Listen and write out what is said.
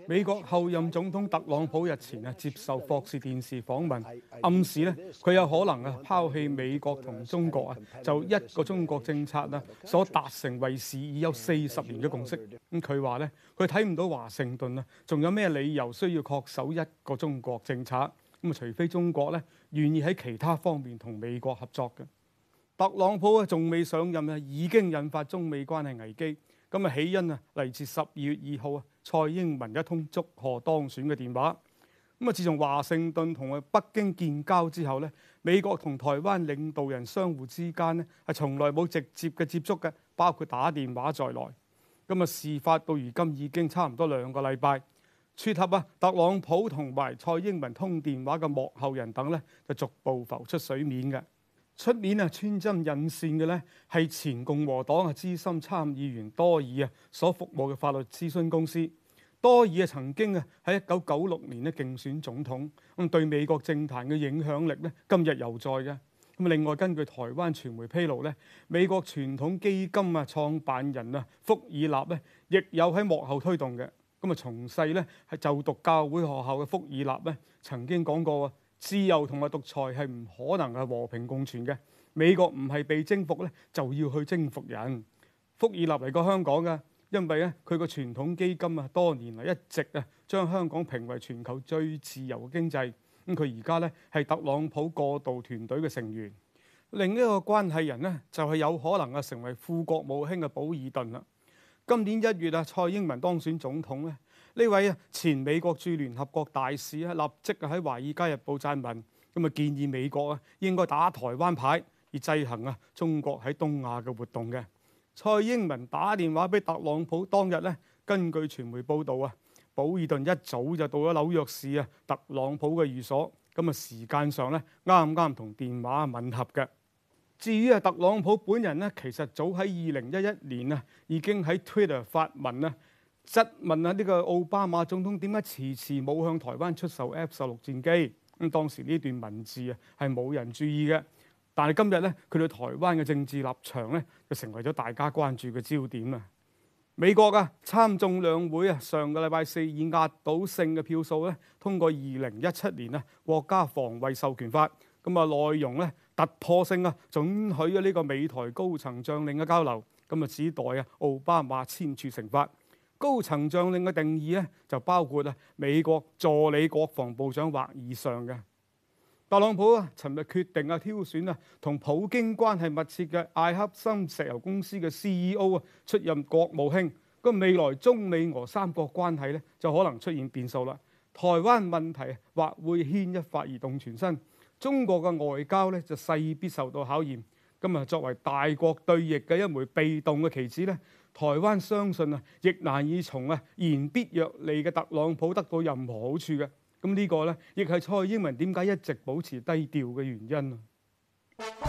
美國後任總統特朗普日前接受霍士電視訪問，暗示佢有可能拋棄美國同中國就一個中國政策所達成為時已有40年嘅共識。咁佢話佢睇唔到華盛頓仲有咩理由需要恪守一個中國政策。咁除非中國願意喺其他方面同美國合作嘅。特朗普仲未上任已經引發中美關係危機。咁起因嚟自12月2號蔡英文一通祝賀當選嘅電話。咁自從華盛頓同北京建交之後美國同台灣領導人相互之間係從來冇直接嘅接觸嘅，包括打電話在內。咁事發到如今已經差唔多2個禮拜，撮合特朗普同埋蔡英文通電話嘅幕後人等就逐步浮出水面嘅。出面穿針引線嘅係前共和黨資深參議員多爾所服務嘅法律諮詢公司。多爾曾經喺1996年競選總統，咁對美國政壇嘅影響力今日猶在嘅。咁另外根據台灣傳媒披露美國傳統基金創辦人福爾納亦有喺幕後推動嘅。咁從細係就讀教會學校嘅福爾納曾經講過自由同埋獨裁係唔可能係和平共存嘅。美國唔係被征服就要去征服人。福爾納嚟過香港嘅，因為佢個傳統基金多年嚟一直將香港評為全球最自由嘅經濟。咁佢而家係特朗普過渡團隊嘅成員。另一個關係人就係有可能成為副國務卿嘅保爾頓啦。今年1月蔡英文當選總統呢位前美國駐聯合國大使立即喺《華爾街日報》撰文，咁建議美國應該打台灣牌，以制衡中國喺東亞嘅活動嘅。蔡英文打電話俾特朗普當日根據傳媒報導保爾頓一早就到咗紐約市特朗普嘅寓所，咁時間上啱啱同電話吻合嘅。至於特朗普本人其實早喺2011年已經喺 Twitter 發文質問呢個奧巴馬總統點解遲遲冇向台灣出售 F-16戰機。咁當時呢段文字係冇人注意嘅，但係今日佢對台灣嘅政治立場就成為咗大家關注嘅焦點啦。美國參眾兩會上個禮拜4以壓倒性嘅票數通過2017年國家防衛授權法，咁內容突破性准許呢個美台高層將領嘅交流，咁只待奧巴馬簽署成法。高層將領嘅定義就包括美國助理國防部長或以上嘅。特朗普尋日決定挑選同普京關係密切嘅艾克森石油公司嘅 CEO 出任國務卿。咁未來中美俄三國關係就可能出現變數啦。台灣問題或會牽一發而動全身，中國嘅外交就勢必受到考驗。咁作為大國對役嘅一枚被動嘅棋子台灣相信亦難以從言必約利嘅特朗普得到任何好處嘅。咁呢個亦係蔡英文點解一直保持低調嘅原因。